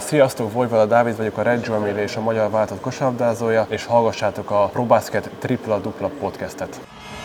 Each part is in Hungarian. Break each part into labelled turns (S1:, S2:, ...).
S1: Sziasztok, Vojvoda Dávid vagyok, a Reggio Emilia és a magyar válogatott kosárlabdázója, és hallgassátok a ProBasket tripla-dupla podcastet.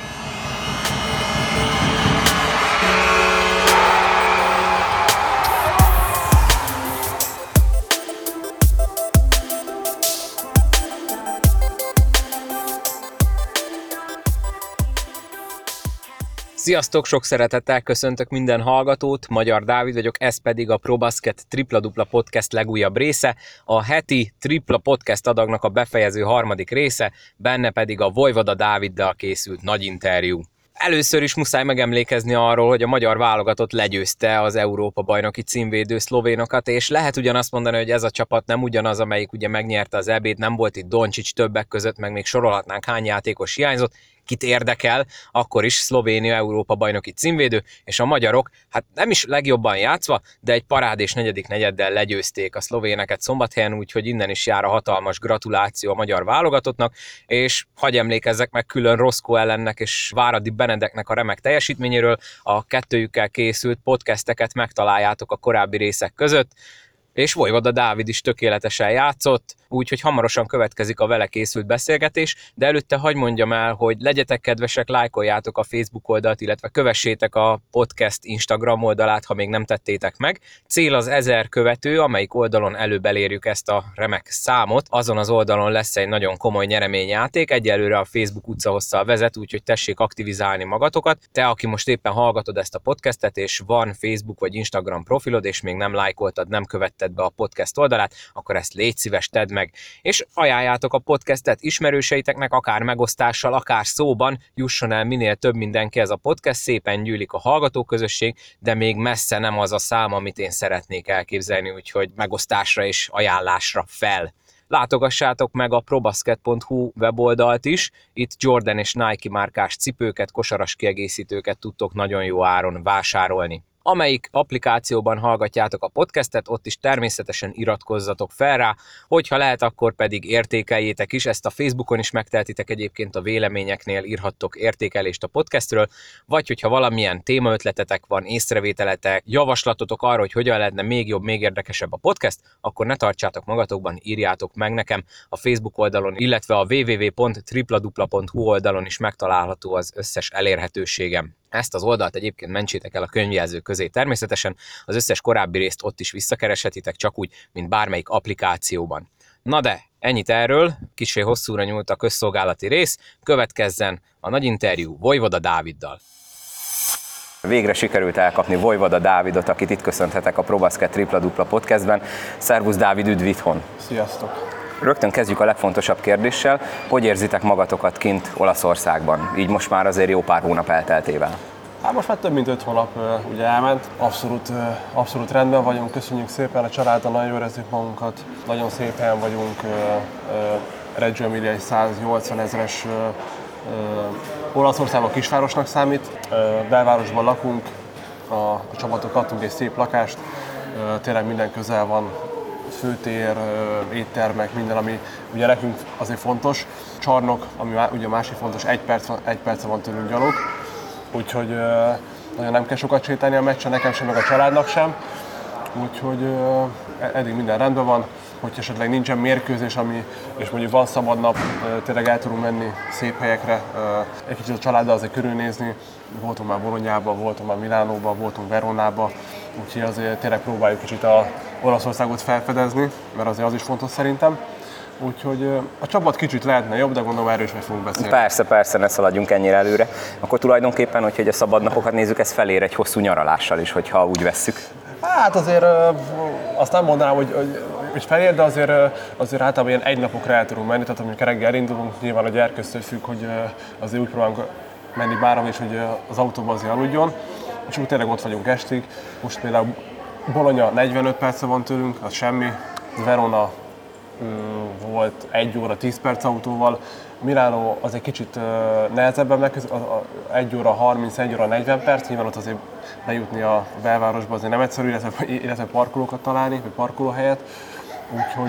S2: Sziasztok, sok szeretettel köszöntök minden hallgatót, Magyar Dávid vagyok, ez pedig a ProBasket tripla-dupla podcast legújabb része, a heti tripla podcast adagnak a befejező harmadik része, benne pedig a Vojvoda Dáviddal készült nagy interjú. Először is muszáj megemlékezni arról, hogy a magyar válogatott legyőzte az Európa-bajnoki címvédő szlovénokat, és lehet ugyanazt mondani, hogy ez a csapat nem ugyanaz, amelyik ugye megnyerte az EB-t, nem volt itt Doncsics többek között, meg még sorolhatnánk hány játékos hiányzott, kit érdekel, akkor is Szlovénia Európa-bajnoki címvédő, és a magyarok, hát nem is legjobban játszva, de egy parádés negyedik negyeddel legyőzték a szlovéneket Szombathelyen, úgyhogy innen is jár a hatalmas gratuláció a magyar válogatottnak, és hadd emlékezzek meg külön Roscoe ellennek és Váradi Benedeknek a remek teljesítményéről, a kettőjükkel készült podcasteket megtaláljátok a korábbi részek között, és Vojvoda Dávid is tökéletesen játszott, úgyhogy hamarosan következik a vele készült beszélgetés, de előtte hadd mondjam el, hogy legyetek kedvesek, lájkoljátok a Facebook oldalt, illetve kövessétek a podcast Instagram oldalát, ha még nem tettétek meg. Cél az 1000 követő, amelyik oldalon előbb elérjük ezt a remek számot. Azon az oldalon lesz egy nagyon komoly nyereményjáték, egyelőre a Facebook utcahosszal vezet, úgyhogy tessék aktivizálni magatokat. Te, aki most éppen hallgatod ezt a podcastet, és van Facebook vagy Instagram profilod, és még nem lájkoltad, nem követted be a podcast oldalát, akkor ezt légy szíves, tedd meg, és ajánljátok a podcastet ismerőseiteknek, akár megosztással, akár szóban, jusson el minél több mindenkihez a podcast, szépen gyűlik a hallgatóközösség, de még messze nem az a szám, amit én szeretnék elképzelni, úgyhogy megosztásra és ajánlásra fel. Látogassátok meg a probasket.hu weboldalt is, itt Jordan és Nike márkás cipőket, kosaras kiegészítőket tudtok nagyon jó áron vásárolni. Amelyik applikációban hallgatjátok a podcastet, ott is természetesen iratkozzatok fel rá, hogyha lehet, akkor pedig értékeljétek is, ezt a Facebookon is megtehetitek egyébként, a véleményeknél írhattok értékelést a podcastről, vagy hogyha valamilyen témaötletetek van, észrevételetek, javaslatotok arra, hogy hogyan lehetne még jobb, még érdekesebb a podcast, akkor ne tartsátok magatokban, írjátok meg nekem a Facebook oldalon, illetve a www.tripladupla.hu oldalon is megtalálható az összes elérhetőségem. Ezt az oldalt egyébként mentsétek el a könyvjelző közé. Természetesen az összes korábbi részt ott is visszakereshetitek, csak úgy, mint bármelyik applikációban. Na de, ennyit erről, kissé hosszúra nyúlt a közszolgálati rész, következzen a nagy interjú Vojvoda Dáviddal. Végre sikerült elkapni Vojvoda Dávidot, akit itt köszönhetek a ProBasket tripla-dupla podcastben. Szervusz Dávid, üdv itthon!
S1: Sziasztok!
S2: Rögtön kezdjük a legfontosabb kérdéssel. Hogy érzitek magatokat kint Olaszországban? Így most már azért jó pár hónap elteltével.
S1: Hát most már több mint 5 hónap ugye elment. Abszolút rendben vagyunk, köszönjük szépen, a családdal nagyon jól érezzük magunkat. Nagyon szép helyen vagyunk, Reggio Emilia egy 180 000-es Olaszországban kisvárosnak számít. Belvárosban lakunk, a csapatok adtunk egy szép lakást, tényleg minden közel van. Főtér, éttermek, minden, ami ugye nekünk azért fontos. Csarnok, ami ugye másik fontos, egy perce van tőlünk gyalog, úgyhogy nagyon nem kell sokat sétálni a meccsen, nekem sem, meg a családnak sem. Úgyhogy eddig minden rendben van, hogyha esetleg nincsen mérkőzés, és mondjuk van szabad nap, tényleg el tudunk menni szép helyekre, egy kicsit a családdal azért körülnézni. Voltunk már Bolonyában, voltunk már Milánóban, voltunk Veronában, úgyhogy azért tényleg próbáljuk kicsit a Olaszországot felfedezni, mert azért az is fontos szerintem. Úgyhogy a csapat kicsit lehetne jobb, de gondolom erről is meg fogunk beszélni.
S2: Persze, ne szaladjunk ennyire előre. Akkor tulajdonképpen, hogyha a szabad napokat nézzük, ez felér egy hosszú nyaralással is, hogyha úgy vesszük.
S1: Hát azért azt nem mondanám, hogy felér, de azért általában ilyen egy napokra el tudunk menni, tehát amikor reggel elindulunk, nyilván a gyerkőztől függ, hogy azért úgy próbálunk menni bárhol is, hogy az autóban azért aludjon, és úgy tényleg ott vagyunk estig. Most például Bologna 45 perce van tőlünk, az semmi, Verona volt 1 óra 10 perc autóval, Milánó az egy kicsit nehezebben megközelítő, 1 óra 30, 1 óra 40 perc, nyilván ott azért bejutni a belvárosba azért nem egyszerű, illetve parkolókat találni, vagy parkolóhelyet, úgyhogy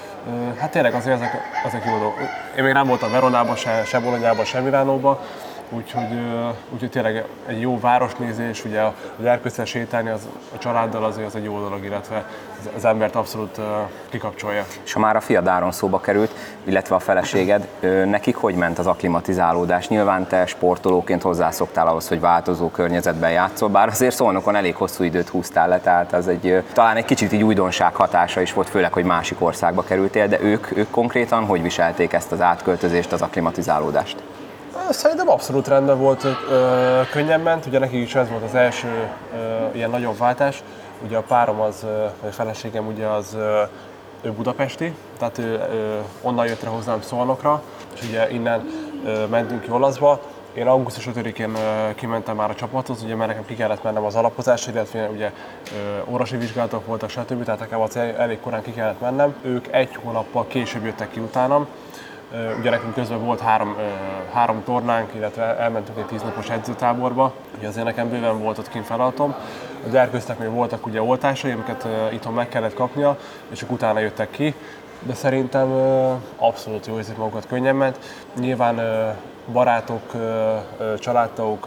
S1: hát tényleg azért ezek jó dolgok. Én még nem voltam Veronában, se Bolonyában, se Milánóban, úgyhogy tényleg egy jó városnézés, ugye a gyerkőccel sétálni a családdal azért az egy jó dolog, illetve az embert abszolút kikapcsolja.
S2: És ha már a fiad Áron szóba került, illetve a feleséged, nekik hogy ment az akklimatizálódás? Nyilván te sportolóként hozzászoktál ahhoz, hogy változó környezetben játszol, bár azért Szolnokon elég hosszú időt húztál le, tehát ez talán egy kicsit így újdonság hatása is volt, főleg, hogy másik országba kerültél, de ők konkrétan hogy viselték ezt az átköltözést, az akklimatizálódást?
S1: Szerintem abszolút rendben volt, könnyen ment, ugye nekik is ez volt az első ilyen nagyobb váltás. Ugye a párom a feleségem ugye ő budapesti, tehát ő onnan jött rá hozzám Szolnokra, és ugye innen mentünk ki Olaszba. Én augusztus 5-én kimentem már a csapathoz, ugye mert nekem ki kellett mennem az alapozásra, illetve ugye orvosi vizsgálatok voltak, stb. Tehát nekem az elég korán ki kellett mennem. Ők egy hónappal később jöttek ki utánam. Ugye nekünk közben volt három tornánk, illetve elmentünk egy 10 napos edzőtáborba, ugye azért nekem bőven volt ott kint feladatom. A gyerkőcnek még voltak ugye oltásai, amiket itthon meg kellett kapnia, és ők utána jöttek ki, de szerintem abszolút jó érzik magukat, könnyen ment. Nyilván barátok, családtagok,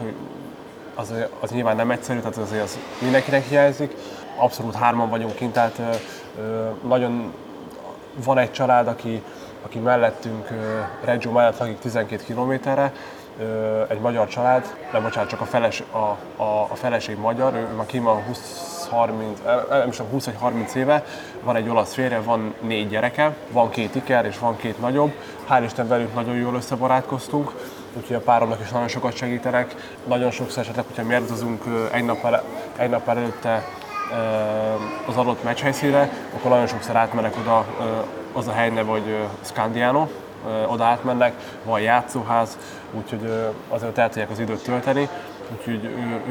S1: az nyilván nem egyszerű, tehát azért az mindenkinek hiányzik. Abszolút hárman vagyunk kint, tehát nagyon van egy család, aki mellettünk, Reggio mellett lakik 12 kilométerre, egy magyar család, de bocsánat, csak a feleség magyar, ő már ki van 20 vagy 30 éve, van egy olasz férje, van 4 gyereke, van 2 iker és van 2 nagyobb. Hál' Isten velük nagyon jól összebarátkoztunk, úgyhogy a páromnak is nagyon sokat segítenek. Nagyon sokszor esetleg, hogyha mi erdőzünk egy nap előtte az adott meccshelyszínre, akkor nagyon sokszor átmennek oda, az a hely neve, hogy Scandiano, oda átmennek, van játszóház, úgyhogy azért el tudják az időt tölteni, úgyhogy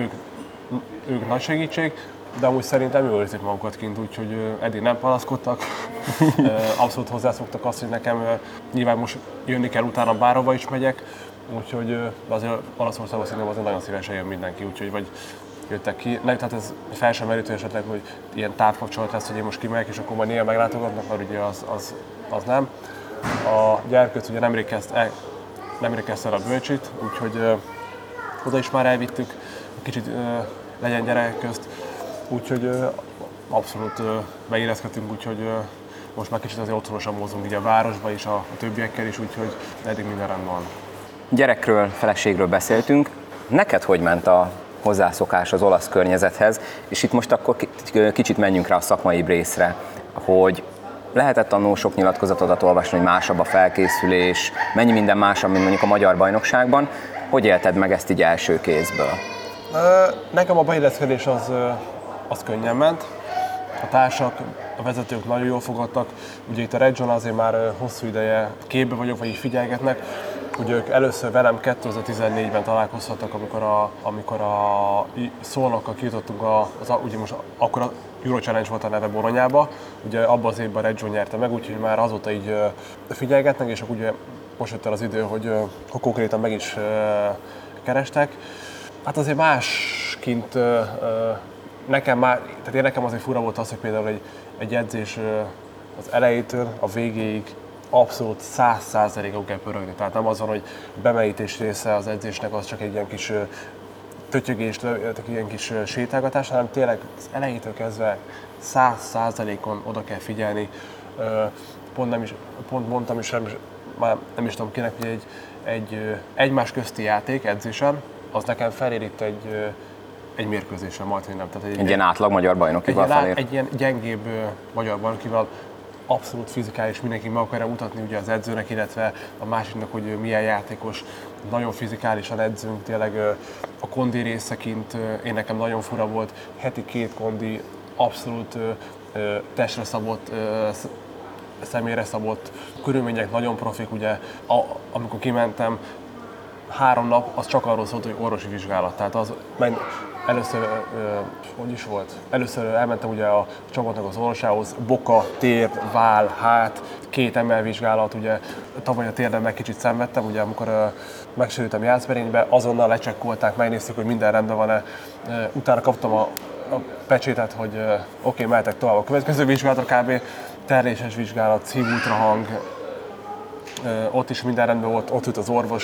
S1: ők nagy segítség, de amúgy szerintem jól érzik magukat kint, úgyhogy eddig nem panaszkodtak. Abszolút hozzászoktak azt, hogy nekem nyilván most jönni kell utána, bárhova is megyek, úgyhogy azért Olaszországban szerintem azért nagyon szívesen jön mindenki, úgyhogy vagy jöttek ki. Tehát ez fel sem merült, hogy esetleg, hogy ilyen távkapcsolat lesz, hogy én most kimegyek, és akkor majd néha meglátogatnak, mert ugye az nem. A gyerkőc ugye nemrég kezdte el a bölcsit, úgyhogy oda is már elvittük, kicsit legyen gyerek közt, úgyhogy abszolút beérezkedtünk, úgyhogy most már kicsit azért otthonosan mozgunk így a városba is, a többiekkel is, úgyhogy eddig minden rendben van.
S2: Gyerekről, feleségről beszéltünk. Neked hogy ment a hozzászokás az olasz környezethez, és itt most akkor kicsit menjünk rá a szakmai részre, hogy lehetett annó sok nyilatkozatodat olvasni, hogy másabb a felkészülés, mennyi minden másabb, mint mondjuk a magyar bajnokságban. Hogy élted meg ezt így első kézből?
S1: Nekem a beilleszkedés az könnyen ment. A társak, a vezetők nagyon jól fogadtak. Ugye itt a Reggion azért már hosszú ideje képbe vagyok, vagy így figyelgetnek. Ugye ők először velem 2014-ben találkozhattak, amikor a Szolnokkal kijutottunk, ugye most akkor a Euro Challenge volt a neve Bolognába, ugye abban az évben a Reggio nyerte meg, úgyhogy már azóta így figyelgetnek, és akkor ugye most jött el az idő, hogy konkrétan meg is kerestek. Hát azért másként nekem azért fura volt az, hogy például egy edzés az elejétől a végéig abszolút 100%-ig kell pörögni. Tehát nem az van, hogy bemerítés része az edzésnek az csak egy ilyen kis tötyögés, ilyen kis sétálgatás, hanem tényleg az elejétől kezdve 100%-on oda kell figyelni. Pont mondtam is, már nem is tudom kinek, hogy egy egymás közti játék edzésen, az nekem felér itt egy mérkőzésen, majd, hogy nem. Tehát
S2: egy ilyen átlag magyar bajnokival felér?
S1: Egy ilyen gyengébb magyar bajnokival, abszolút fizikális, mindenki meg akarja mutatni ugye az edzőnek, illetve a másiknak, hogy milyen játékos. Nagyon fizikálisan edzünk, tényleg a kondi részeként én nekem nagyon fura volt, heti 2 kondi, abszolút testre szabott, személyre szabott, körülmények nagyon profik, ugye amikor kimentem, 3 nap, az csak arról szólt, hogy orvosi vizsgálat. Tehát az először, hogy is volt? Először elmentem ugye a csapatnak az orvosához, boka, tér, váll, hát, 2 emelvizsgálat, ugye tavaly a térdemben kicsit szenvedtem, ugye amikor megsérültem jászberénybe, azonnal lecsekkolták, megnéztük, hogy minden rendben van-e. Utána kaptam a pecsétet, hogy oké, mehetek tovább a következő vizsgálatra, kb. Terléses vizsgálat, szív-ultrahang, ott is minden rendben volt, ott ült az orvos,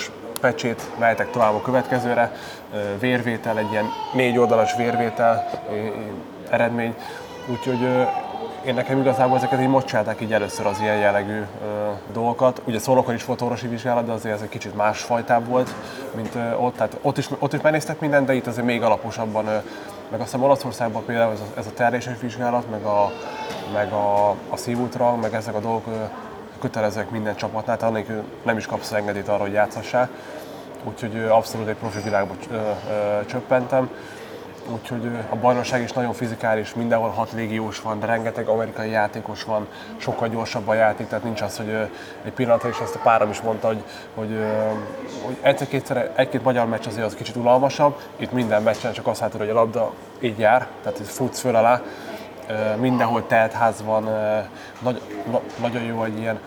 S1: pecsét mehetek tovább a következőre, vérvétel, egy ilyen 4 oldalas vérvétel eredmény, úgyhogy én nekem igazából ezeket így most csinálták így először az ilyen jellegű dolgokat. Ugye Szolnokon is volt orvosi vizsgálat, de azért ez egy kicsit másfajtább volt, mint ott. Tehát ott is megnéztek mindent, de itt azért még alaposabban, meg azt hiszem Olaszországban például ez a terhéses vizsgálat, meg a szívultra, meg ezek a dolgok kötelezőek minden csapatnál, tehát annélkül nem is kapsz engedélyt arra, hogy játszhassál. Úgyhogy abszolút egy profi világba csöppentem. Úgyhogy a bajnokság is nagyon fizikális, mindenhol 6 légiós van, de rengeteg amerikai játékos van, sokkal gyorsabb a játék, tehát nincs az, hogy egy pillanatra is ezt a párom is mondta, hogy egyszer-kétszer egy-két magyar meccs azért az kicsit unalmasabb, itt minden meccsen csak azt látod, hogy a labda így jár, tehát itt futsz föl alá, mindenhol teltház van, nagyon jó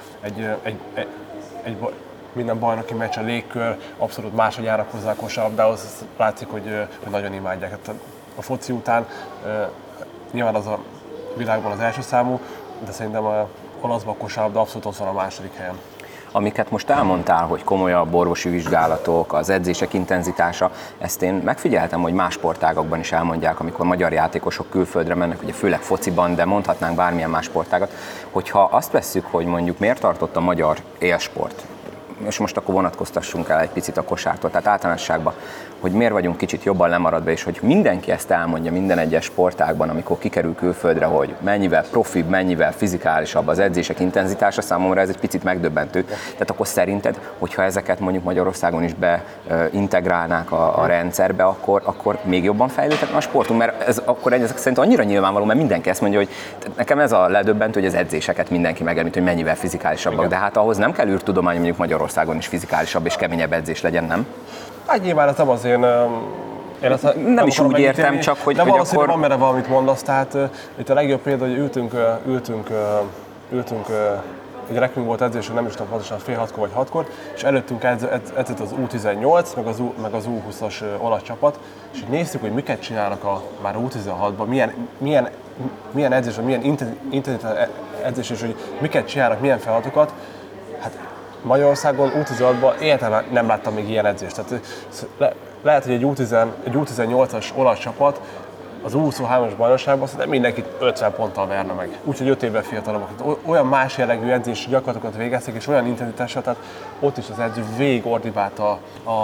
S1: egy minden bajnoki meccs, a légkör, abszolút máshogy járnak hozzá a kosárlabdához, látszik, hogy nagyon imádják. Hát a foci után nyilván az a világban az első számú, de szerintem a olaszban a kosárlabda abszolút ott van a második helyen.
S2: Amiket most elmondtál, hogy komolyabb orvosi vizsgálatok, az edzések intenzitása, ezt én megfigyeltem, hogy más sportágakban is elmondják, amikor magyar játékosok külföldre mennek, ugye főleg fociban, de mondhatnánk bármilyen más sportágat, hogyha azt vesszük, hogy mondjuk miért tartott a magyar élsport, és most akkor vonatkoztassunk el egy picit a kosártól, tehát általánosságban, hogy miért vagyunk kicsit jobban lemaradva, és hogy mindenki ezt elmondja minden egyes sportágban, amikor kikerül külföldre, hogy mennyivel profibb, mennyivel fizikálisabb az edzések intenzitása, számomra ez egy picit megdöbbentő. Tehát akkor szerinted, hogyha ezeket mondjuk Magyarországon is beintegrálnák a rendszerbe, akkor még jobban fejlődhetne a sportunk, mert akkor ezek szerint annyira nyilvánvaló, mert mindenki ezt mondja, hogy nekem ez a ledöbbentő, hogy az edzéseket mindenki megemlít, hogy mennyivel fizikálisabbak, igen. De hát ahhoz nem kell űrtudomány, mondjuk Magyarországon is fizikálisabb és keményebb edzés legyen, nem?
S1: Hát nyilván ez nem az én
S2: nem is úgy értem, csak hogy...
S1: De valószínűleg van merre valamit mondasz, tehát itt a legjobb példa, hogy ültünk ugye nekünk volt edzésünk, nem is tudom pontosan fél 6-kor vagy 6-kor, és előttünk edzett az U18, meg az U20-as olasz csapat, és így néztük, hogy miket csinálnak már U16-ban, milyen edzés, milyen intenzitás edzés, és hogy miket csinálnak, milyen feladatokat. Hát Magyarországon U16-ban életemben nem láttam még ilyen edzést. Tehát lehet, hogy egy U18-as olasz csapat az U23-as bajnokságban szerintem mindenkit 50 ponttal verne meg. Úgyhogy 5 évvel fiatalabbak. Olyan más jellegű edzés gyakorlatokat végeztek, és olyan intenzitással, tehát ott is az edző végig ordibálta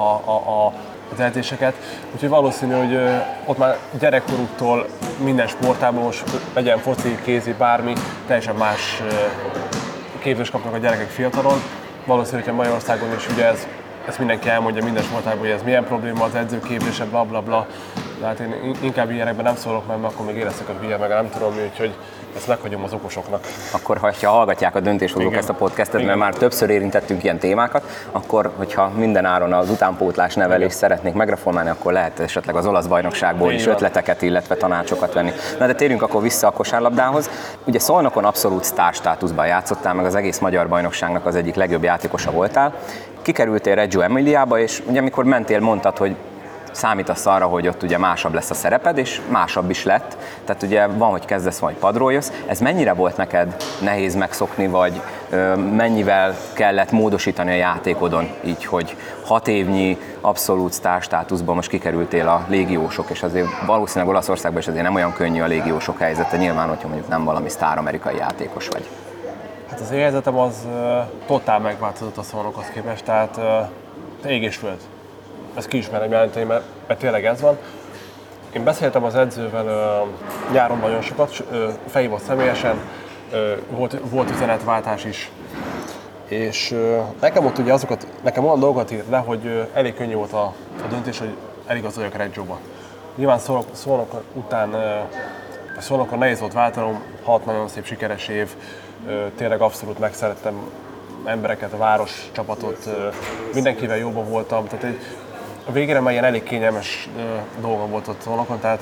S1: az edzéseket. Úgyhogy valószínű, hogy ott már gyerekkoruktól minden sportában, most legyen foci, kézi, bármi, teljesen más képzést kapnak a gyerekek fiatalon. Valószínű, hogy Magyarországon is ugye ezt mindenki elmondja minden sportágban, hogy ez milyen probléma, az edzőképzése, bla bla bla. De hát én inkább ilyenekben nem szólok, mert akkor még éreztek a hülye, meg nem tudom mi, úgyhogy ezt meghagyom az okosoknak.
S2: Akkor, ha hallgatják a döntéshozók ezt a podcastet, mert már többször érintettünk ilyen témákat, akkor, hogyha minden áron az utánpótlás nevelést szeretnék megreformálni, akkor lehet esetleg az olasz bajnokságból is ötleteket, illetve tanácsokat venni. Na de térjünk akkor vissza a kosárlabdához. Ugye Szolnokon abszolút sztárstátuszban játszottál, meg az egész magyar bajnokságnak az egyik legjobb játékosa voltál. Kikerültél Reggio Emiliába, és ugye amikor mentél, mondtad, hogy számítasz arra, hogy ott ugye másabb lesz a szereped, és másabb is lett. Tehát ugye van, hogy kezdesz, vagy padról jössz. Ez mennyire volt neked nehéz megszokni, vagy mennyivel kellett módosítani a játékodon, így, hogy 6 évnyi abszolút sztárstátuszban most kikerültél a légiósok, és azért valószínűleg Olaszországban is azért nem olyan könnyű a légiósok helyzete, nyilván, hogyha mondjuk nem valami sztár-amerikai játékos vagy.
S1: Hát az helyzetem az totál megváltozott a Szolnokhoz képest, tehát ég és föld. Ezt ki is merem jelenteni, mert tényleg ez van. Én beszéltem az edzővel nyáron nagyon sokat, felhívott személyesen, volt üzenetváltás is. És nekem ott ugye nekem olyan dolgokat írt le, hogy elég könnyű volt a döntés, hogy eligazoljak Reggioba. Nyilván Szolnok után, Szolnokon nehéz volt váltanom, 6 nagyon szép sikeres év, tényleg abszolút megszerettem embereket, a város, csapatot, mindenkivel jóban voltam, tehát a végére már ilyen elég kényelmes dolgom volt ott Szolnokon, tehát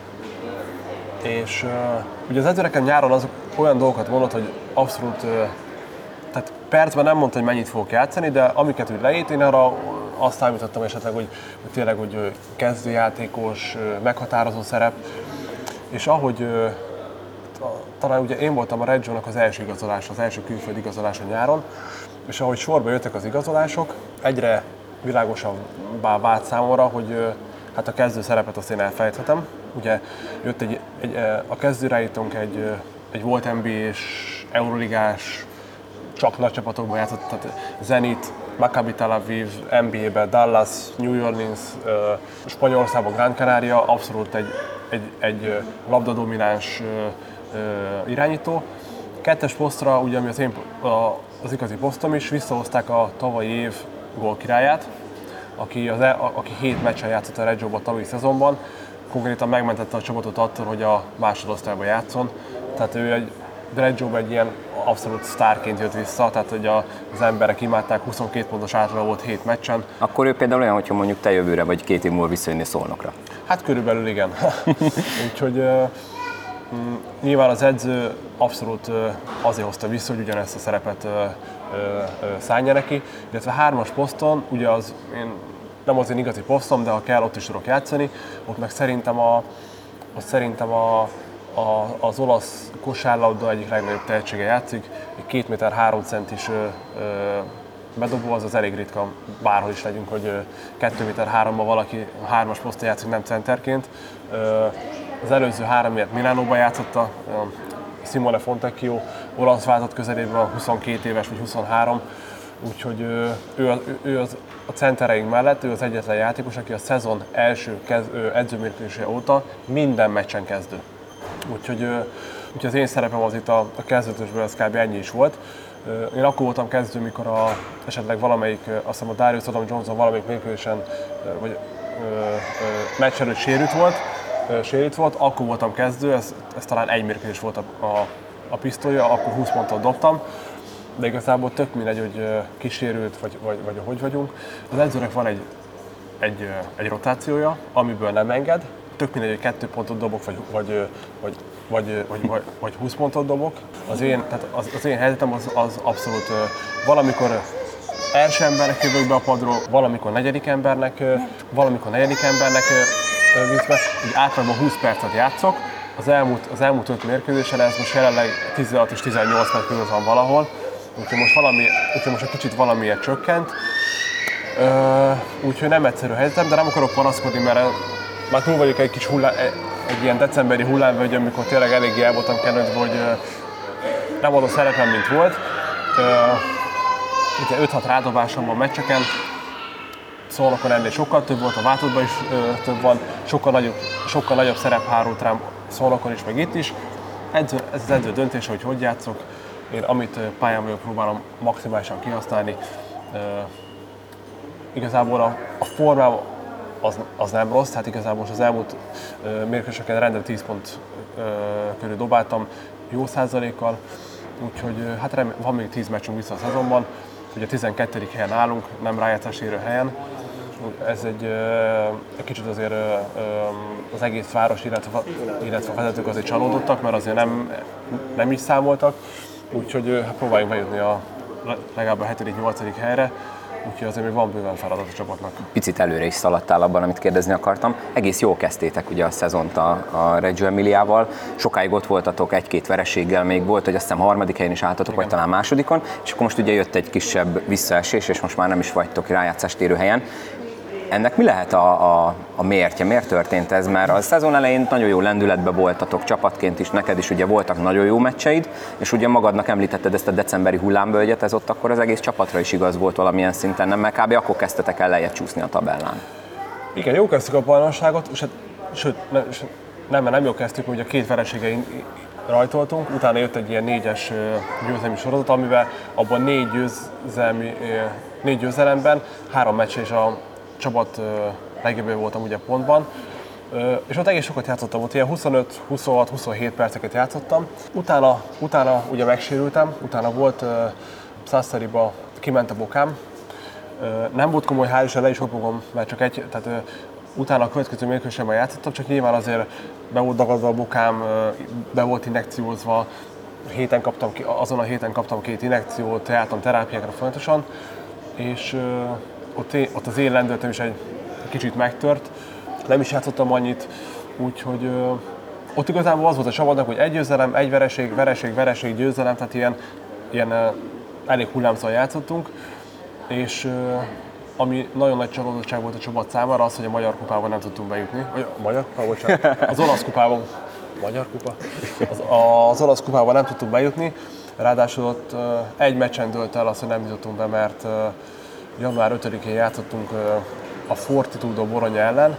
S1: és ugye az edző nekem nyáron azok olyan dolgokat mondott, hogy abszolút, tehát percben nem mondta, hogy mennyit fogok játszani, de amiket úgy leírt, én arra azt számítottam esetleg, hogy tényleg hogy kezdőjátékos, meghatározó szerep, és ahogy talán ugye én voltam a Reggionak az első igazolás, az első külföldi igazolás a nyáron, és ahogy sorba jöttek az igazolások, egyre világosabbá vált számomra, hogy hát a kezdő szerepet azt én elfelejthetem. Ugye jött a kezdőrállítónk egy volt NBA-s, Euroligás, csak nagy csapatokban játszott, tehát Zenit, Maccabi Tel Aviv, NBA-be, Dallas, New Orleans, Spanyolországban Gran Canaria, abszolút egy labdadomináns irányító. Kettes posztra, ugye ami az igazi posztom is, visszahozták a tavalyi év gólkirályát, aki 7 meccsen játszott a Reggio-ban a tavalyi szezonban, konkrétan megmentette a csapatot attól, hogy a másodosztályban játszon. Tehát ő egy Reggio-ban egy ilyen abszolút sztárként jött vissza, tehát hogy az emberek imádták, 22 pontos átlaga volt 7 meccsen.
S2: Akkor ő például olyan, hogyha mondjuk te jövőre vagy 2 év múlva visszajönni Szolnokra.
S1: Hát körülbelül igen. Úgyhogy nyilván az edző abszolút azért hozta vissza, hogy ugyanezt a szerepet szánja neki, illetve 3-as poszton, ugye nem az én igazi posztom, de ha kell, ott is tudok játszani, ott meg szerintem az olasz kosárlabda egyik legnagyobb tehetsége játszik, egy 2 méter 3 centis bedobó, az elég ritka, bárhol is legyünk, hogy 2 méter 3-ban valaki 3-as poszton játszik, nem centerként. Az előző 3 évet Milánóban játszotta, Simone Fontecchio, olasz válogatott közelében, 22 éves vagy 23, úgyhogy ő a centereink mellett, ő az egyetlen játékos, aki a szezon első edzőmérkőzése óta minden meccsen kezdő. Úgyhogy az én szerepem az itt a kezdőtösből, ez kb. Ennyi is volt. Én akkor voltam kezdő, mikor esetleg valamelyik, azt hiszem a Darius Adam Johnson valamelyik mérkőzésen, vagy meccs előtt sérült volt, akkor voltam kezdő, ez talán egy mérkőzés volt a pisztolya, akkor 20 pontot dobtam, de igazából tök mindegy, hogy kisérült, vagy hogy vagyunk. Az edzőnek van egy rotációja, amiből nem enged, tök mindegy, hogy 2 pontot dobok, vagy 20 pontot dobok. Az én helyzetem az abszolút valamikor első embernek jövök be a padról, valamikor negyedik embernek viszve, így általában 20 percet játszok. Az elmúlt 5 mérkőzésen ez most jelenleg 16 és 18 perc között van valahol, úgyhogy most egy kicsit valamiért csökkent. Úgyhogy nem egyszerű helyzetem, de nem akarok panaszkodni, mert már túl vagyok egy ilyen decemberi hullámvölgyön, amikor tényleg eléggé el voltam kenődve, hogy nem az a szerepem, mint volt. Ugye 5-6 rádobásom van meccseken, Szolnokon ennél sokkal több volt, a Váltódban is több van, sokkal nagyobb szerep hárult rám Szolnokon is, meg itt is. Ez az edző döntése, hogy játszok. Én amit pályán vagyok, próbálom maximálisan kihasználni. Igazából a formám az nem rossz, tehát igazából most az elmúlt mérkőzéseken rendben 10 pont körül dobáltam jó százalékkal, úgyhogy hát van még 10 meccsünk vissza a szezonban, ugye a 12. helyen állunk, nem rájátszás érő helyen. Ez egy kicsit azért az egész város, illetve a vezetők azért csalódottak, mert azért nem is számoltak, úgyhogy próbáljunk bejutni legalább a 7.-8. helyre. Úgyhogy azért még van bőven feladat a csapatnak.
S2: Picit előre is szaladtál abban, amit kérdezni akartam. Egész jól kezdtétek ugye a szezont a Reggio Emiliával. Sokáig ott voltatok 1-2 vereséggel, még volt, hogy azt hiszem 3. helyen is álltatok, vagy talán 2. És akkor most ugye jött egy kisebb visszaesés, és most már nem is vagytok rájátszást érő helyen. Ennek mi lehet a mértje? Miért történt ez? Mert a szezon elején nagyon jó lendületben voltatok csapatként is, neked is ugye voltak nagyon jó meccseid, és ugye magadnak említetted ezt a decemberi hullámvölgyet, ez ott akkor az egész csapatra is igaz volt valamilyen szinten, nem? Mert kb. Akkor kezdtetek el lejjebb csúszni a tabellán.
S1: Igen, jó kezdtük a bajnokságot, sőt, nem jól kezdtük, ugye 2 vereségein rajtoltunk, utána jött egy ilyen 4-es győzelmi sorozat, amivel abban 4 győzelemben 3 meccs és a csapat legjobb voltam ugye pontban, és ott egész sokat játszottam, ott ilyen 25-26-27 perceket játszottam. Utána ugye megsérültem, utána volt Sassariba, kiment a bokám. Nem volt komoly, hál' Isten, le is kopogom, mert csak tehát utána a következő mérkőzésemben játszottam, csak nyilván azért be volt dagadva a bokám, be volt injekciózva, azon a héten kaptam 2 injekciót, jártam terápiákra folyamatosan, és ott az én lendületem is egy kicsit megtört, nem is játszottam annyit, úgyhogy ott igazából az volt a csapatnak, hogy 1 győzelem, 1 vereség, győzelem, tehát ilyen elég hullámzóan játszottunk, és ami nagyon nagy csalódottság volt a csapat számára, az, hogy a Magyar Kupában nem tudtunk bejutni. Magyar Kupa, bocsánat. Az olasz kupában. Magyar Kupa? Az olasz kupában nem tudtunk bejutni. Ráadásul ott egy meccsen dőlt el az, hogy nem jutottunk be, mert január 5-én játszottunk a Fortitudo Bologna ellen,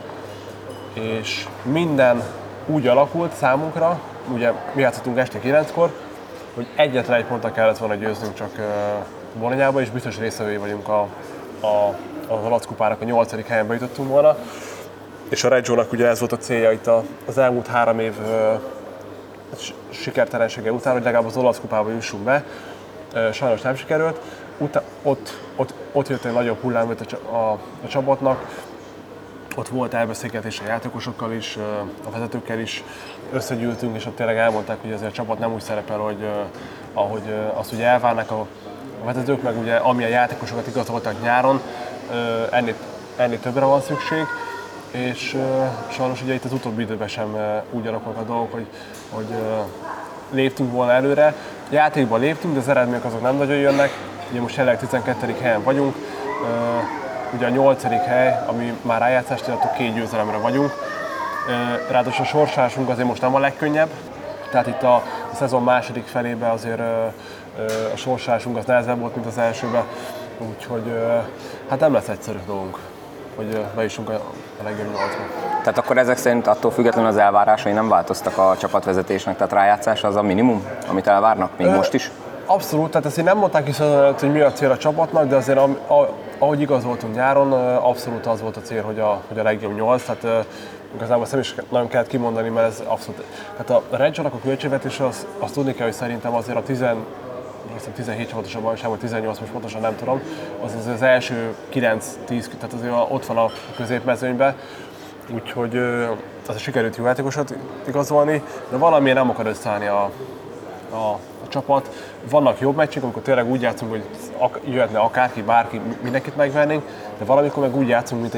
S1: és minden úgy alakult számunkra, ugye mi játszottunk este 9-kor, hogy egyetlen egy ponttal kellett volna győznünk csak Bolognába, és biztos résztvevői vagyunk az olasz kupának a 8. helyen bejutottunk volna. És a Reggiónak ugye ez volt a célja itt az elmúlt 3 év sikertelensége után, hogy legalább az olasz kupába jussunk be. Sajnos nem sikerült. Ott jött egy nagyobb hullámvét a csapatnak. Ott volt elbeszélgetés a játékosokkal is, a vezetőkkel is összegyűltünk, és ott tényleg elmondták, hogy azért a csapat nem úgy szerepel, hogy ahogy azt ugye elvárnak a vezetők, meg ugye ami a játékosokat igazoltak nyáron, ennél többre van szükség. És sajnos ugye itt az utóbbi időben sem úgy alakulnak a dolgok, hogy léptünk volna előre. Játékban léptünk, de az eredmények azok nem nagyon jönnek. Ugye most jelenleg 12. helyen vagyunk. Ugye a 8. hely, ami már rájátszást illetve 2 győzelemre vagyunk. Ráadásul a sorsálásunk azért most nem a legkönnyebb. Tehát itt a szezon második felében azért a sorsálásunk az nehezebb volt, mint az elsőben. Úgyhogy hát nem lesz egyszerű dolgunk, hogy bejussunk a legjobb 8-ba.
S3: Tehát akkor ezek szerint attól függetlenül az elvárásai nem változtak a csapatvezetésnek, tehát rájátszás az a minimum, amit elvárnak, még most is?
S1: Abszolút, tehát ezt én nem mondták is, hogy mi a cél a csapatnak, de azért ahogy igazoltunk nyáron, abszolút az volt a cél, hogy a legjobb 8, tehát igazából ezt nem is nagyon kellett kimondani, mert ez abszolút... Tehát a Reggiónak a költségvetése, azt tudni kell, hogy szerintem azért a 17 csapatos a bajnokság, vagy 18, most pontosan nem tudom, az első 9-10, tehát azért ott van a középmezőnyben, úgyhogy az sikerült jó játékosat igazolni, de valamiért nem akar összeállni a csapat. Vannak jobb meccsek, amikor tényleg úgy játszunk, hogy jöhetne akárki, bárki, mindenkit megvernénk, de valamikor meg úgy játszunk, mint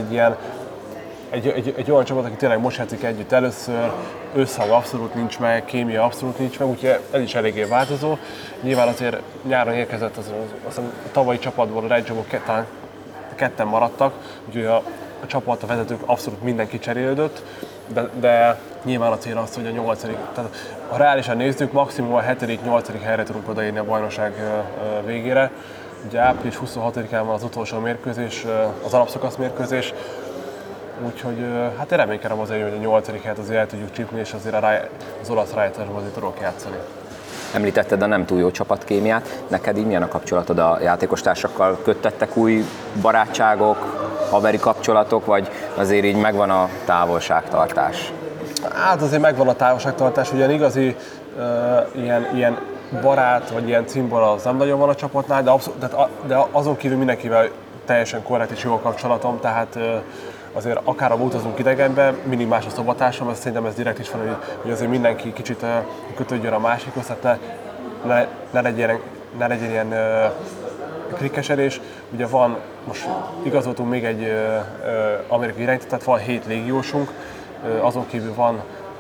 S1: egy olyan csapat, aki tényleg most játszik együtt először, összhang abszolút nincs meg, kémia abszolút nincs meg, úgyhogy ez is eléggé változó. Nyilván azért nyáron érkezett a tavalyi csapatból a Reggióból ketten maradtak, úgyhogy a csapat, a vezetők abszolút mindenki cserélődött, de nyilván a cél az, hogy a 8. Tehát ha reálisan nézzük, maximum a 7.-8. helyre tudunk odaérni a bajnokság végére. Ugye április 26-án van az utolsó mérkőzés, az alapszakasz mérkőzés, úgyhogy hát én reménykedem azért, hogy a 8. helyet azért el tudjuk csípni, és azért az olasz rájátszásban azért tudok játszani.
S3: Említetted a nem túl jó csapatkémiát. Neked így milyen a kapcsolatod a játékostársakkal? Köttettek új barátságok, haveri kapcsolatok, vagy azért így megvan a távolságtartás?
S1: Hát azért megvan a távolságtartás, ugyan igazi ilyen barát, vagy ilyen címbola az nem nagyon van a csapatnál, de azon kívül mindenkivel teljesen korrekt és jó a kapcsolatom, tehát azért akár ha utazunk idegenbe, mindig más a szobatársam, szerintem ez direkt is van, hogy azért mindenki kicsit kötődjön a másikhoz, tehát ne legyen ilyen klikkesedés. Ugye most igazoltunk még egy amerikai irányítót, tehát van 7 légiósunk, azon kívül van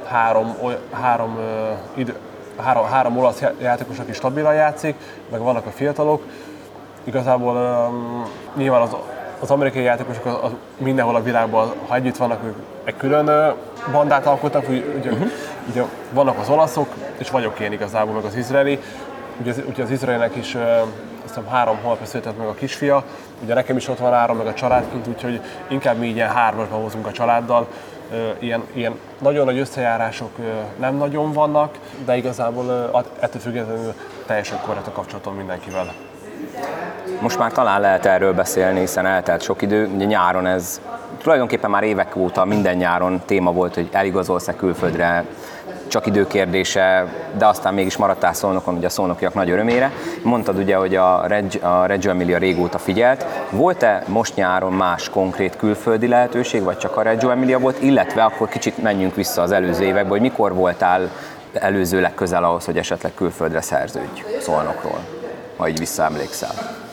S1: három olasz játékos, aki stabilan játszik, meg vannak a fiatalok. Igazából nyilván az amerikai játékosok mindenhol a világban, ha együtt vannak, ők egy külön bandát alkotnak, ugye vannak az olaszok, és vagyok én igazából, meg az izraeli. Ugye az izraelinek is azt hiszem 3 hónapja született meg a kisfia, ugye nekem is ott van 3, meg a családként, úgyhogy inkább mi ilyen 3-asban hozunk a családdal. Ilyen nagyon nagy összejárások nem nagyon vannak, de igazából ettől függetlenül teljesen korrekt a kapcsolatom mindenkivel.
S3: Most már talán lehet erről beszélni, hiszen eltelt sok idő. Ugye nyáron ez tulajdonképpen már évek óta minden nyáron téma volt, hogy eligazolsz-e külföldre, csak időkérdése, de aztán mégis maradtál Szolnokon, ugye a szolnokiak nagy örömére. Mondtad ugye, hogy a Reggio Emilia régóta figyelt. Volt-e most nyáron más konkrét külföldi lehetőség, vagy csak a Reggio Emilia volt, illetve akkor kicsit menjünk vissza az előző évekbe, hogy mikor voltál előzőleg közel ahhoz, hogy esetleg külföldre szerződj Szolnokról, ha így visszaemlékszel?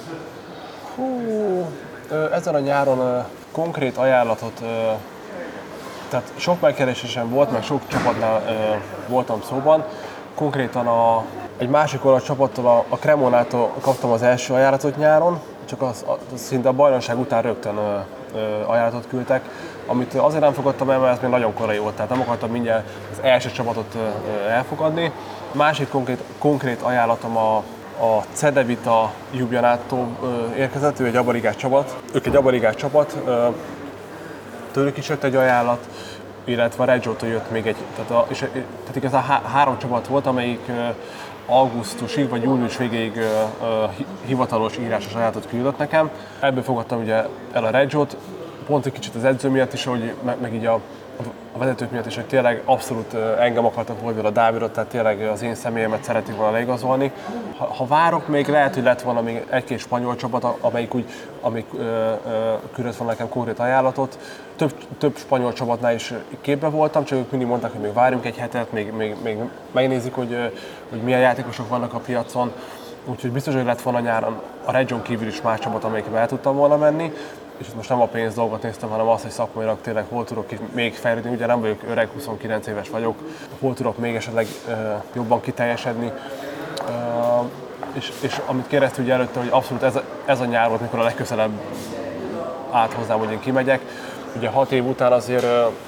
S1: Ezen a nyáron konkrét ajánlatot, tehát sok megkeresésem volt, meg sok csapatnál voltam szóban. Konkrétan egy másik olasz csapattól, a Cremonától kaptam az első ajánlatot nyáron, csak szinte a bajnokság után rögtön ajánlatot küldtek, amit azért nem fogadtam el, mert ez még nagyon korai volt, tehát nem akartam mindjárt az első csapatot elfogadni. Másik konkrét ajánlatom a Cedevita Ljubljanától érkezett, ő egy abaligás csapat. Ők egy abaligás csapat, tőlük is jött egy ajánlat, illetve a Reggiótól jött még egy, tehát igazán 3 csapat volt, amelyik augusztusig vagy július végéig hivatalos írásos ajánlatot küldött nekem. Ebből fogadtam ugye el a Reggiót, pont egy kicsit az edző miatt is, hogy meg így a vezetők miatt is, hogy tényleg abszolút engem akartak volna a Dávidot, tehát tényleg az én személyemet szeretik volna leigazolni. Ha várok, még lehet, hogy lett volna még egy-két spanyol csapat, amelyik küldött volna nekem konkrét ajánlatot. Több spanyol csapatnál is képbe voltam, csak ők mindig mondták, hogy még várjunk egy hetet, még megnézik, hogy milyen játékosok vannak a piacon. Úgyhogy biztos, hogy lett volna nyáron a Reggión kívül is más csapat, amelyikbe el tudtam volna menni. És most nem a pénz dolgot néztem, hanem azt, hogy szakmailag tényleg hol tudok még fejlődni. Ugye nem vagyok öreg, 29 éves vagyok, hol tudok még esetleg jobban kiteljesedni. És amit kérdezte ugye előtte, hogy abszolút ez a nyár volt, mikor a legközelebb állt hozzám, hogy én kimegyek. Ugye 6 év után azért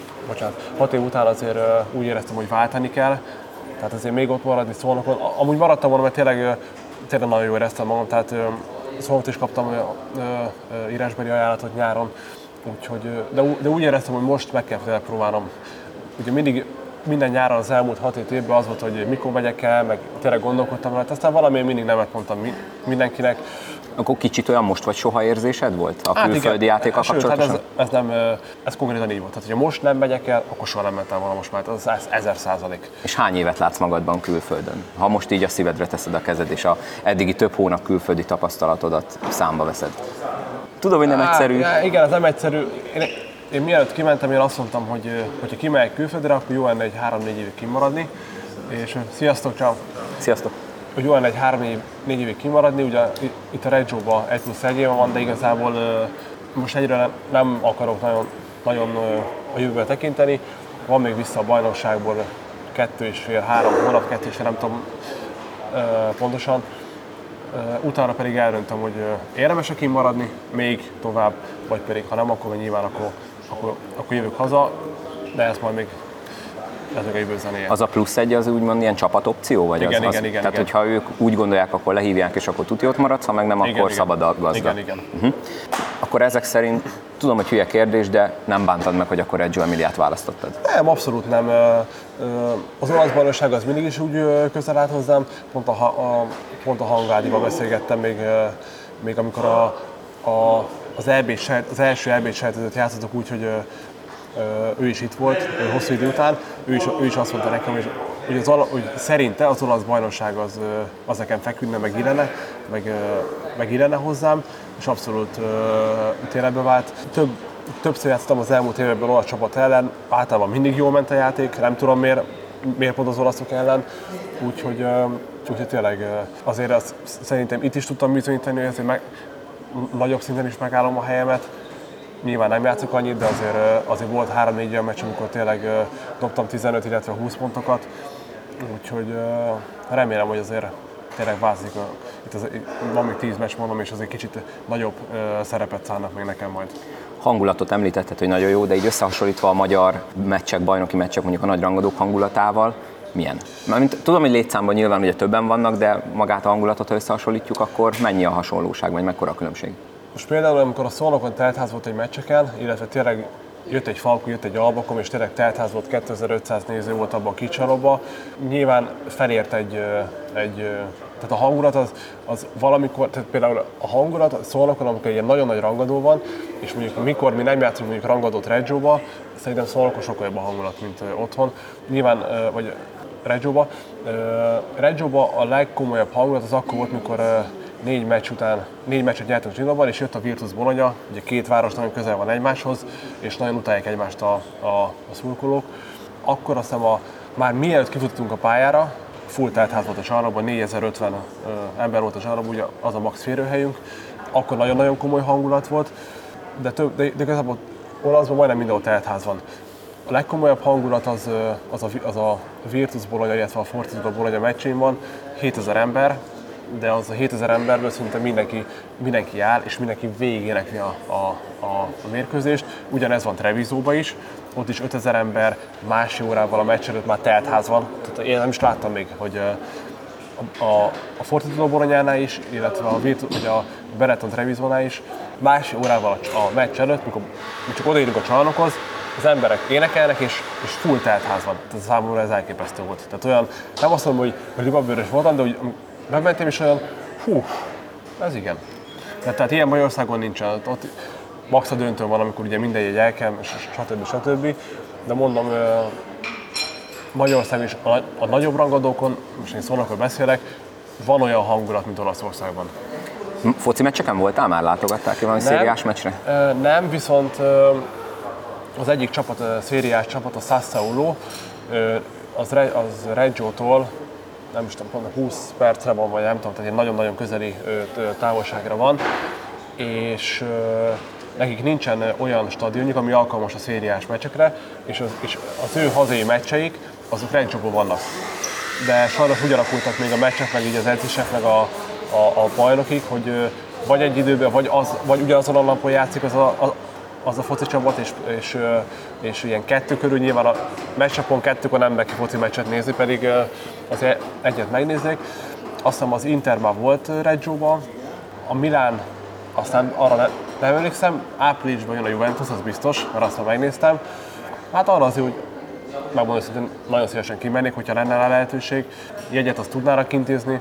S1: úgy éreztem, hogy váltani kell. Tehát azért még ott maradni Szolnokon. Amúgy maradtam volna, mert tényleg nagyon jól éreztem magam. Tehát Szolnokon is kaptam írásbeli ajánlatot nyáron. Úgyhogy, de úgy éreztem, hogy most meg kell próbálnom. Ugye minden nyáron az elmúlt 6-7 évben az volt, hogy mikor megyek el, meg tényleg gondolkodtam rá, aztán valamiért mindig nemet mondtam mindenkinek.
S3: Akkor kicsit olyan most vagy soha érzésed volt a külföldi játékkal kapcsolatosan?
S1: Ez konkrétan így volt. Tehát, hogyha most nem megyek el, akkor soha nem mentem volna most már. Ez 1000%.
S3: És hány évet látsz magadban külföldön? Ha most így a szívedre teszed a kezed, és a eddigi több hónap külföldi tapasztalatodat számba veszed. Tudom, hogy nem egyszerű.
S1: Igen, ez nem egyszerű. Én mielőtt kimentem, én azt mondtam, hogy ha kimegyek külföldre, akkor jó lenne egy 3-4 évig kimaradni. És sziasztok, ciao.
S3: Sziasztok.
S1: Hogy jó lenne egy 3-4 évig kimaradni, ugye itt a Reggióban 1+1 éve van, de igazából most egyre nem akarok nagyon a jövőbe tekinteni. Van még vissza a bajnokságból 2,5-3 hónap, 2,5 nem tudom pontosan. Utána pedig eldöntöm, hogy érdemes-e kimaradni még tovább, vagy pedig ha nem, akkor nyilván akkor jövök haza, de ezt majd még a jövő zenéje.
S3: Az a +1 az úgymond ilyen csapatopció? Vagy
S1: igen.
S3: Tehát, hogyha ők úgy gondolják, akkor lehívják, és akkor tuti ott maradsz, ha meg nem, akkor szabad a gazda.
S1: Igen.
S3: Akkor ezek szerint, tudom, hogy hülye kérdés, de nem bántad meg, hogy akkor Reggio Emiliát választottad?
S1: Nem, abszolút nem. Az olasz bajnokság az mindig is úgy közel állt hozzám, pont a Hangádival beszélgettem még amikor az első EB-t sejtezőt játszottak úgy, hogy ő is itt volt hosszú idő után, ő is azt mondta nekem, hogy szerinte az olasz bajnokság az nekem feküdne, meg illene hozzám, és abszolút tényleg vált. Többször játszottam az elmúlt években olasz csapat ellen, általában mindig jól ment a játék, nem tudom miért pont az olaszok ellen, úgyhogy tényleg azért szerintem itt is tudtam bizonyítani, hogy azért nagyobb szinten is megállom a helyemet. Nyilván nem játszok annyit, de azért volt 3-4 olyan meccs, amikor tényleg dobtam 15, illetve 20 pontokat. Úgyhogy remélem, hogy azért tényleg változik. Itt van még 10 meccs, mondom, és azért kicsit nagyobb szerepet szánnak még nekem majd.
S3: Hangulatot említetted, hogy nagyon jó, de így összehasonlítva a magyar meccsek, bajnoki meccsek mondjuk a nagy rangadók hangulatával, milyen? Tudom, hogy létszámban nyilván ugye többen vannak, de magát a hangulatot, ha összehasonlítjuk, akkor mennyi a hasonlóság, vagy mekkora a különbség?
S1: Most például, amikor a Szolnokon teltház volt egy meccseken, illetve tényleg jött egy Falku, jött egy Albakom, és tényleg teltház volt, 2500 néző volt abban a kicsalóban. Nyilván felért tehát a hangulat az valamikor, tehát például a hangulat a Szolnokon, amikor ilyen nagyon nagy rangadó van, és mondjuk mikor mi nem játszunk mondjuk rangadót Reggióba, szerintem Szolnokon sokkal jobb a hangulat, mint otthon. Nyilván, vagy Reggióba. Reggióba a legkomolyabb hangulat az akkor volt, mikor 4 meccset nyertünk Zsinóban, és jött a Virtus Bologna, ugye két város nagyon közel van egymáshoz, és nagyon utálják egymást a szurkolók. Akkor azt hiszem már mielőtt kifutottunk a pályára, full teltház volt a csarnokban, 4050 ember volt a csarnokban, ugye az a max férőhelyünk. Akkor nagyon-nagyon komoly hangulat volt, de igazából olaszban majdnem mindenhol teltház van. A legkomolyabb hangulat az a Virtus Bologna, illetve a Fortitudo Bologna meccsén van, 7000 ember, de az a 7000 emberből szinte mindenki áll, és mindenki végigénekli a mérkőzést. Ugyanez van Trevisoban is, ott is 5000 ember, másfél órával a meccs előtt már teltház van. Tehát én nem is láttam még, hogy a Fortitudo Bolognánál is, illetve a Benetton Trevisónál is, másfél órával a meccs előtt, mikor csak odaérünk a csarnokhoz, az emberek énekelnek, és full teltház van. Tehát számomra ez elképesztő volt. Tehát olyan, nem azt mondom, hogy libabőrös voltam, de hogy bementem, és olyan, ez igen. Tehát ilyen Magyarországon nincsen. Ott max a döntőn van, amikor ugye minden egy elkem, stb. De mondom, Magyarországon is a nagyobb rangadókon, most én Szolnokról beszélek, van olyan hangulat, mint Olaszországban.
S3: Foci meccseken voltál már? Látogattál ki valami szériás meccsre?
S1: Nem, viszont az egyik csapat, szériás csapat, a Sassuolo, az Reggiótól, nem is tudom, 20 percre van, vagy nem tudom, tehát egy nagyon-nagyon közeli távolságra van, és nekik nincsen olyan stadionjuk, ami alkalmas a szériás meccsekre, és az ő hazai meccseik, azok Reggióban vannak. De sajnos úgy alakultak még a meccsek, meg így az edzések, meg a bajnokig, hogy vagy egy időben, vagy ugyanazon a napon játszik az a foci csapat, és ilyen 2 körül, nyilván a meccsapon 2-kor nem neki foci meccset nézni, pedig azért egyet megnéznék. Azt hiszem az Inter már volt Reggióban, a Milán, aztán arra nem emlékszem, áprilisban jön a Juventus, az biztos, mert azt már megnéztem. Hát arra azért, hogy megmondom, hogy nagyon szívesen kimennék, hogyha lenne rá lehetőség. Jegyet azt tudnának intézni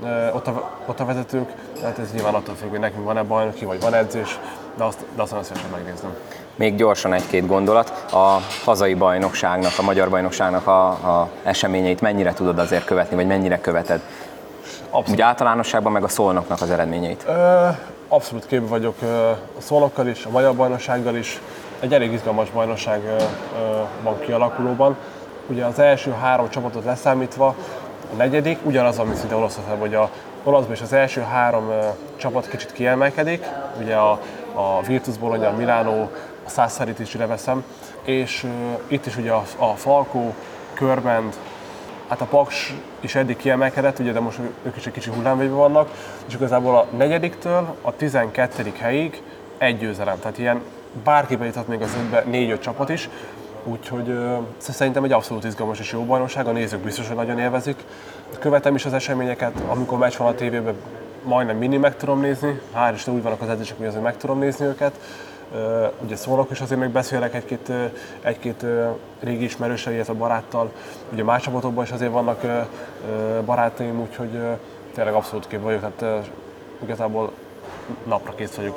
S1: ott a vezetők, tehát ez nyilván attól függ, hogy nekünk van-e bajnoki, vagy van edzés, de azt nagyon szívesen megnézem.
S3: Még gyorsan egy-két gondolat. A hazai bajnokságnak, a magyar bajnokságnak a eseményeit mennyire tudod azért követni, vagy mennyire követed? Abszolút. Úgy általánosságban, meg a Szolnoknak az eredményeit?
S1: Abszolút képben vagyok a Szolnokkal is, a magyar bajnoksággal is. Egy elég izgalmas bajnokság van kialakulóban. Ugye az első 3 csapatot leszámítva, a negyedik ugyanaz, ami szinte Olaszországban, hogy a olaszban is az első 3 csapat kicsit kiemelkedik. Ugye a Virtus Bologna, a Milano, a Sassuolit is ide veszem. És itt is ugye a Falco, Körmend, hát a Paks is eddig kiemelkedett, ugye, de most ők is egy kicsi hullámvegyben vannak, és igazából a 4-től a 12. helyig egy győzelem. Tehát ilyen bárki bejuthat még az 4-5 csapat is, úgyhogy szerintem egy abszolút izgalmas és jó bajnokság, a nézők biztos, hogy nagyon élvezik. Követem is az eseményeket, amikor meccs van a tévében, majdnem mindig meg tudom nézni, hál' Isten úgy vannak az edzések, hogy azért meg tudom nézni őket. Ugye Szolnok is azért még beszélek egy-két régi ismerőssel, illetve baráttal. Ugye más csapatokban is azért vannak barátaim, úgyhogy tényleg abszolút kép vagyok, tehát igazából napra kész vagyok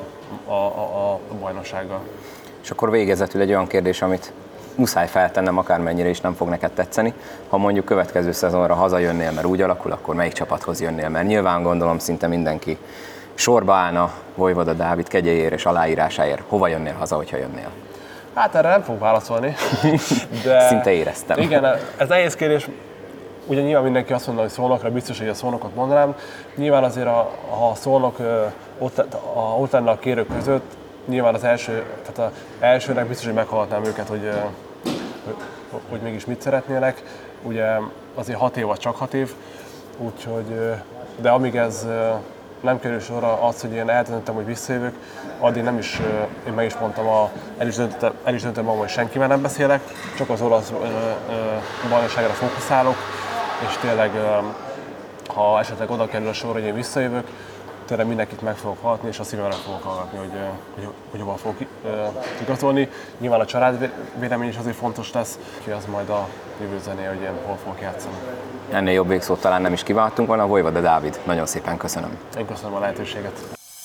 S1: a bajnoksággal.
S3: És akkor végezetül egy olyan kérdés, amit muszáj feltennem, akármennyire is nem fog neked tetszeni. Ha mondjuk következő szezonra hazajönnél, mert úgy alakul, akkor melyik csapathoz jönnél? Mert nyilván gondolom szinte mindenki sorba állna Vojvoda Dávid kegyeiért és aláírásáért. Hova jönnél haza, hogyha jönnél?
S1: Hát erre nem fogok válaszolni. De
S3: szinte éreztem.
S1: Igen, ez nehéz kérdés. Ugye nyilván mindenki azt mondja, hogy Szolnokra, biztos, hogy a Szolnokot mondanám. Nyilván azért, ha a Szolnok ott lenne a kérők között, nyilván az elsőnek biztos, hogy meghallgatnám őket, hogy mégis mit szeretnének. Ugye azért 6 év vagy csak 6 év, úgyhogy, de amíg ez nem kerül sorra az, hogy én eldöntöttem, hogy visszajövök, addig nem is, én meg is mondtam, el is döntöttem, hogy senkivel nem beszélek, csak az olasz bajnokságra fókuszálok, és tényleg, ha esetleg oda kerül a sor, hogy én visszajövök, tényleg mindenkit meg fogok hallgatni, és a szívemre fogok hallgatni, hogy hova fogok igazolni. Nyilván a család vélemény is azért fontos lesz, hogy az majd a jövő zenéje, hogy én hol fogok játszani.
S3: Ennél jobb végszót talán nem is kívántunk volna. Vojvoda Dávid, nagyon szépen köszönöm.
S1: Én köszönöm a lehetőséget.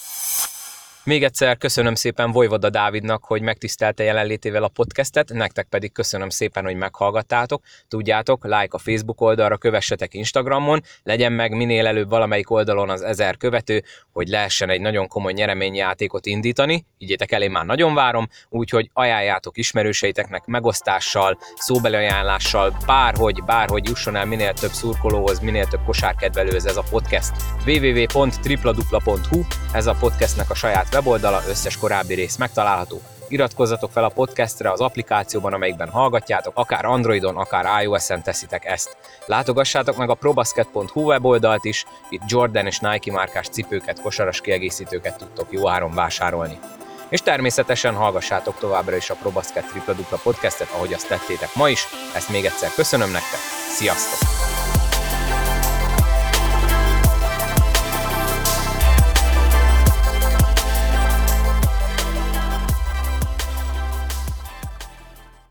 S2: Még egyszer köszönöm szépen Vojvoda Dávidnak, hogy megtisztelte jelenlétével a podcastet, nektek pedig köszönöm szépen, hogy meghallgattátok. Tudjátok, like a Facebook oldalra, kövessetek Instagramon, legyen meg minél előbb valamelyik oldalon az 1000 követő, hogy lehessen egy nagyon komoly nyereményjátékot indítani. Higgyétek el, én már nagyon várom, úgyhogy ajánljátok ismerőseiteknek megosztással, szóbeli ajánlással, bárhogy jusson el minél több szurkolóhoz, minél több kosárkedvelőhöz ez a podcast. www.tripladupla.hu, ez a podcastnek a saját weboldala, összes korábbi rész megtalálható. Iratkozzatok fel a podcastre az applikációban, amelyikben hallgatjátok, akár Androidon, akár iOS-en teszitek ezt. Látogassátok meg a probasket.hu weboldalt is, itt Jordan és Nike márkás cipőket, kosaras kiegészítőket tudtok jó áron vásárolni. És természetesen hallgassátok továbbra is a Probasket tripla dupla podcastet, ahogy azt tettétek ma is. Ezt még egyszer köszönöm nektek, sziasztok!